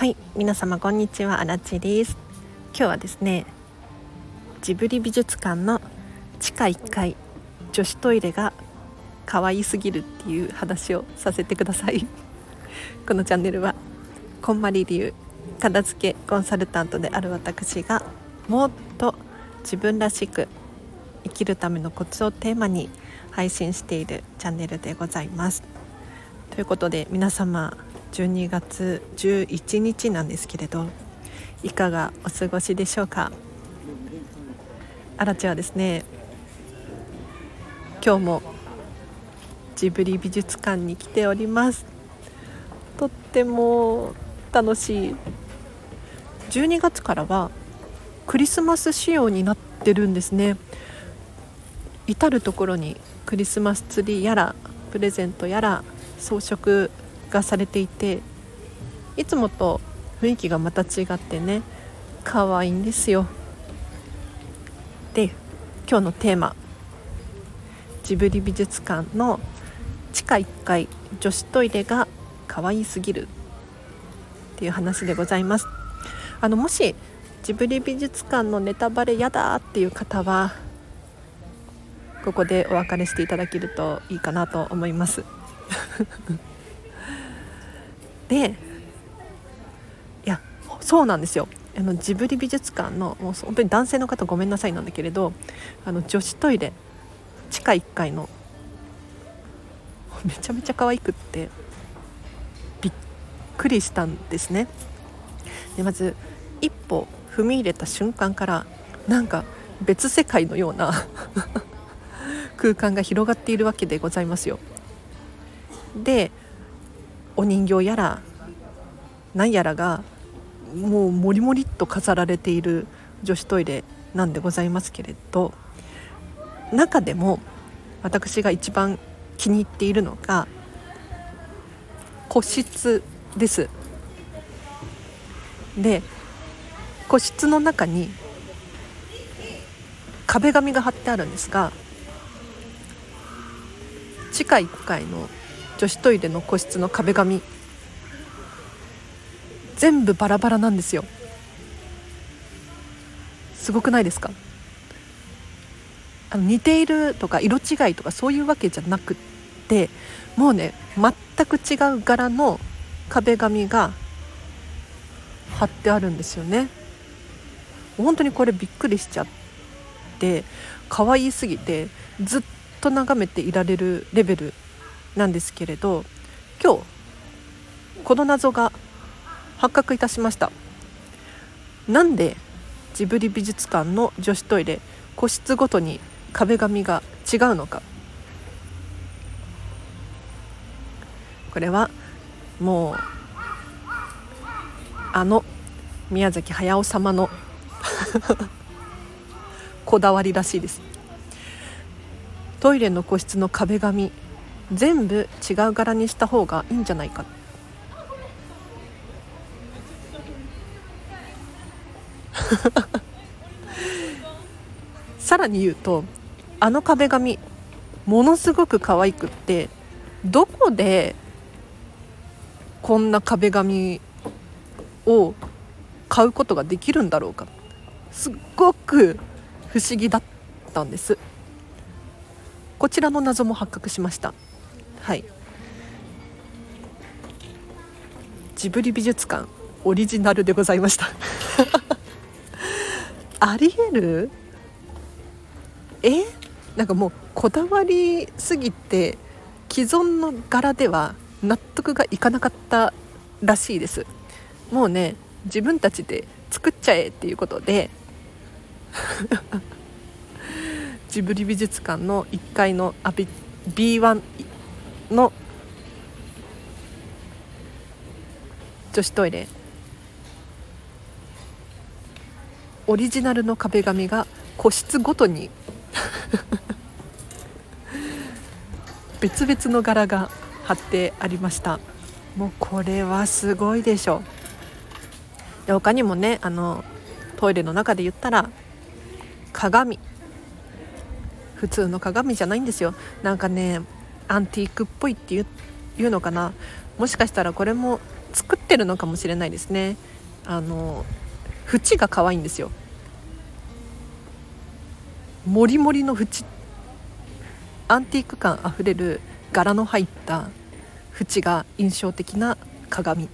はい、皆様こんにちは、あらちです。今日はですね、ジブリ美術館の地下1階女子トイレが可愛すぎるっていう話をさせてください。このチャンネルはこんまり流片付けコンサルタントである私がもっと自分らしく生きるためのコツをテーマに配信しているチャンネルでございます。ということで皆様12月11日なんですけれど、いかがお過ごしでしょうか。あらちはですね、今日もジブリ美術館に来ております。とっても楽しい。12月からはクリスマス仕様になってるんですね。至る所にクリスマスツリーやらプレゼントやら装飾がされていて、いつもと雰囲気がまた違ってね、可愛いんですよ。で、今日のテーマ、ジブリ美術館の地下1階女子トイレが可愛すぎるっていう話でございます。もしジブリ美術館のネタバレやだっていう方はここでお別れしていただけるといいかなと思います。で、いやそうなんですよ。ジブリ美術館のもう本当に男性の方ごめんなさいなんだけれど、女子トイレ地下1階のめちゃめちゃ可愛くってびっくりしたんですね。で、まず一歩踏み入れた瞬間からなんか別世界のような空間が広がっているわけでございますよ。で、お人形やら何やらがもうもりもりっと飾られている女子トイレなんでございますけれど、中でも私が一番気に入っているのが個室です。で、個室の中に壁紙が貼ってあるんですが、地下1階の女子トイレの個室の壁紙全部バラバラなんですよ。すごくないですか？似ているとか色違いとかそういうわけじゃなくって、もうね、全く違う柄の壁紙が貼ってあるんですよね。本当にこれびっくりしちゃって、可愛すぎてずっと眺めていられるレベルなんですけれど、今日この謎が発覚いたしました。なんでジブリ美術館の女子トイレ個室ごとに壁紙が違うのか。これはもう宮崎駿様のこだわりらしいです。トイレの個室の壁紙全部違う柄にした方がいいんじゃないか。さらに言うと、壁紙ものすごく可愛くって、どこでこんな壁紙を買うことができるんだろうか、すっごく不思議だったんです。こちらの謎も発覚しました。はい、ジブリ美術館オリジナルでございました。ありえる？なんかもうこだわりすぎて既存の柄では納得がいかなかったらしいです。もうね、自分たちで作っちゃえっていうことでジブリ美術館の1階のB1 の女子トイレオリジナルの壁紙が個室ごとに別々の柄が貼ってありました。もうこれはすごいでしょ。で、他にもね、トイレの中で言ったら鏡、普通の鏡じゃないんですよ。なんかね、アンティークっぽいっていうのかな。もしかしたらこれも作ってるのかもしれないですね。縁が可愛いんですよ。モリモリの縁、アンティーク感あふれる柄の入った縁が印象的な鏡。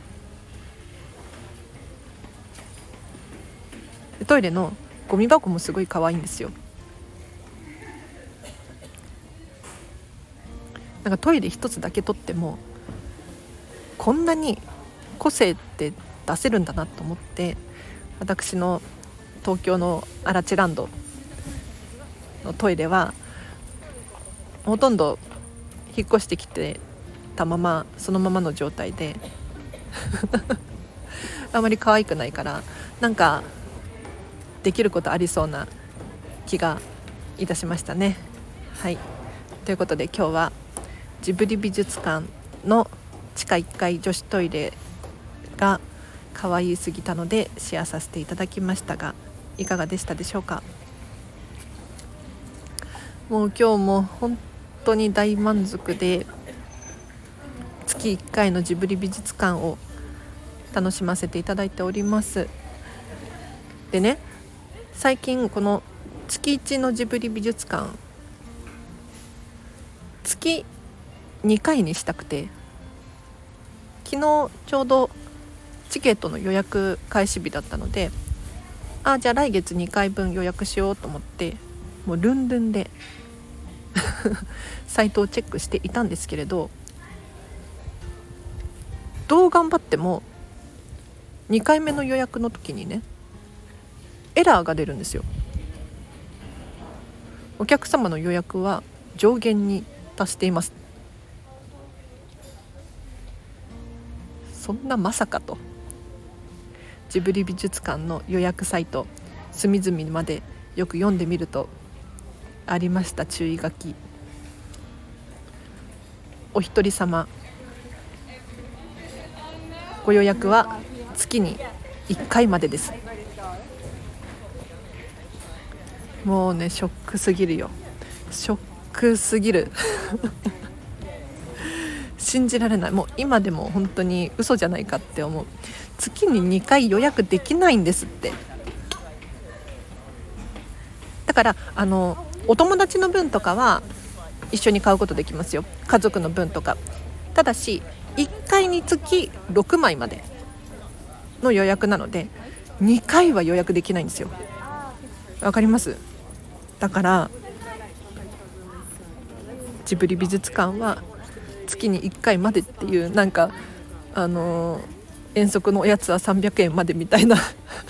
トイレのゴミ箱もすごい可愛いんですよ。なんかトイレ一つだけ取ってもこんなに個性って出せるんだなと思って、私の東京のアラチェランドのトイレはほとんど引っ越してきてたままそのままの状態であまり可愛くないから、なんかできることありそうな気がいたしましたね。はい、ということで今日はジブリ美術館の地下1階女子トイレが可愛すぎたのでシェアさせていただきましたが、いかがでしたでしょうか。もう今日も本当に大満足で、月1回のジブリ美術館を楽しませていただいております。でね、最近この月1のジブリ美術館月2回にしたくて、昨日ちょうどチケットの予約開始日だったので、じゃあ来月2回分予約しようと思って、もうルンルンでサイトをチェックしていたんですけれど、どう頑張っても2回目の予約の時にね、エラーが出るんですよ。お客様の予約は上限に達しています。そんなまさかと、ジブリ美術館の予約サイト隅々までよく読んでみるとありました。注意書き。お一人様ご予約は月に1回までです。もうね、ショックすぎるよ。ショックすぎる信じられない。もう今でも本当に嘘じゃないかって思う。月に2回予約できないんですって。だからお友達の分とかは一緒に買うことできますよ、家族の分とか。ただし1回につき6枚までの予約なので2回は予約できないんですよ。わかります？だからジブリ美術館は月に1回までっていう、なんか遠足のおやつは300円までみたいな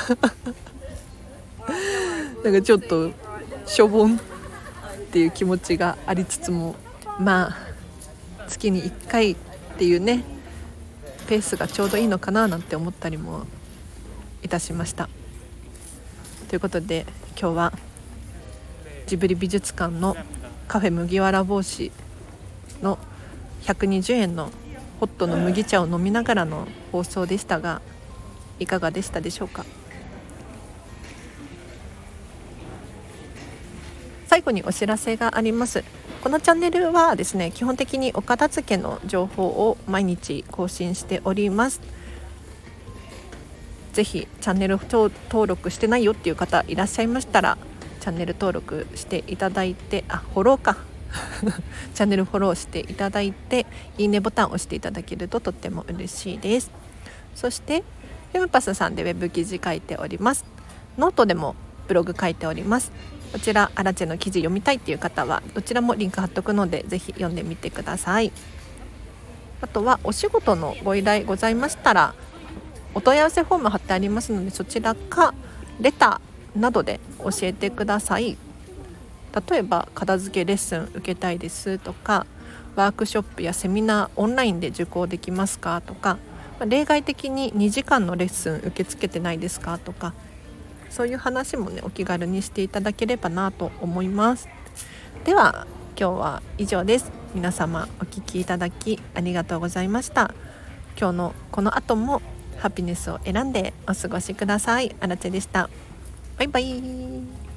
なんかちょっとしょぼんっていう気持ちがありつつも、まあ月に1回っていうねペースがちょうどいいのかななんて思ったりもいたしました。ということで今日はジブリ美術館のカフェ麦わら帽子の120円のホットの麦茶を飲みながらの放送でしたが、いかがでしたでしょうか。最後にお知らせがあります。このチャンネルはですね、基本的にお片付けの情報を毎日更新しております。ぜひチャンネル登録してないよっていう方いらっしゃいましたら、チャンネル登録していただいて、フォローかチャンネルフォローしていただいて、いいねボタンを押していただけるととっても嬉しいです。そしてフェムパスさんでウェブ記事書いております。ノートでもブログ書いております。こちらアラチェの記事読みたいっていう方はどちらもリンク貼っとくのでぜひ読んでみてください。あとはお仕事のご依頼ございましたらお問い合わせフォーム貼ってありますので、そちらかレターなどで教えてください。例えば片付けレッスン受けたいですとか、ワークショップやセミナーオンラインで受講できますかとか、例外的に2時間のレッスン受け付けてないですかとか、そういう話もねお気軽にしていただければなと思います。では今日は以上です。皆様お聞きいただきありがとうございました。今日のこの後もハピネスを選んでお過ごしください。あらちでした。バイバイ。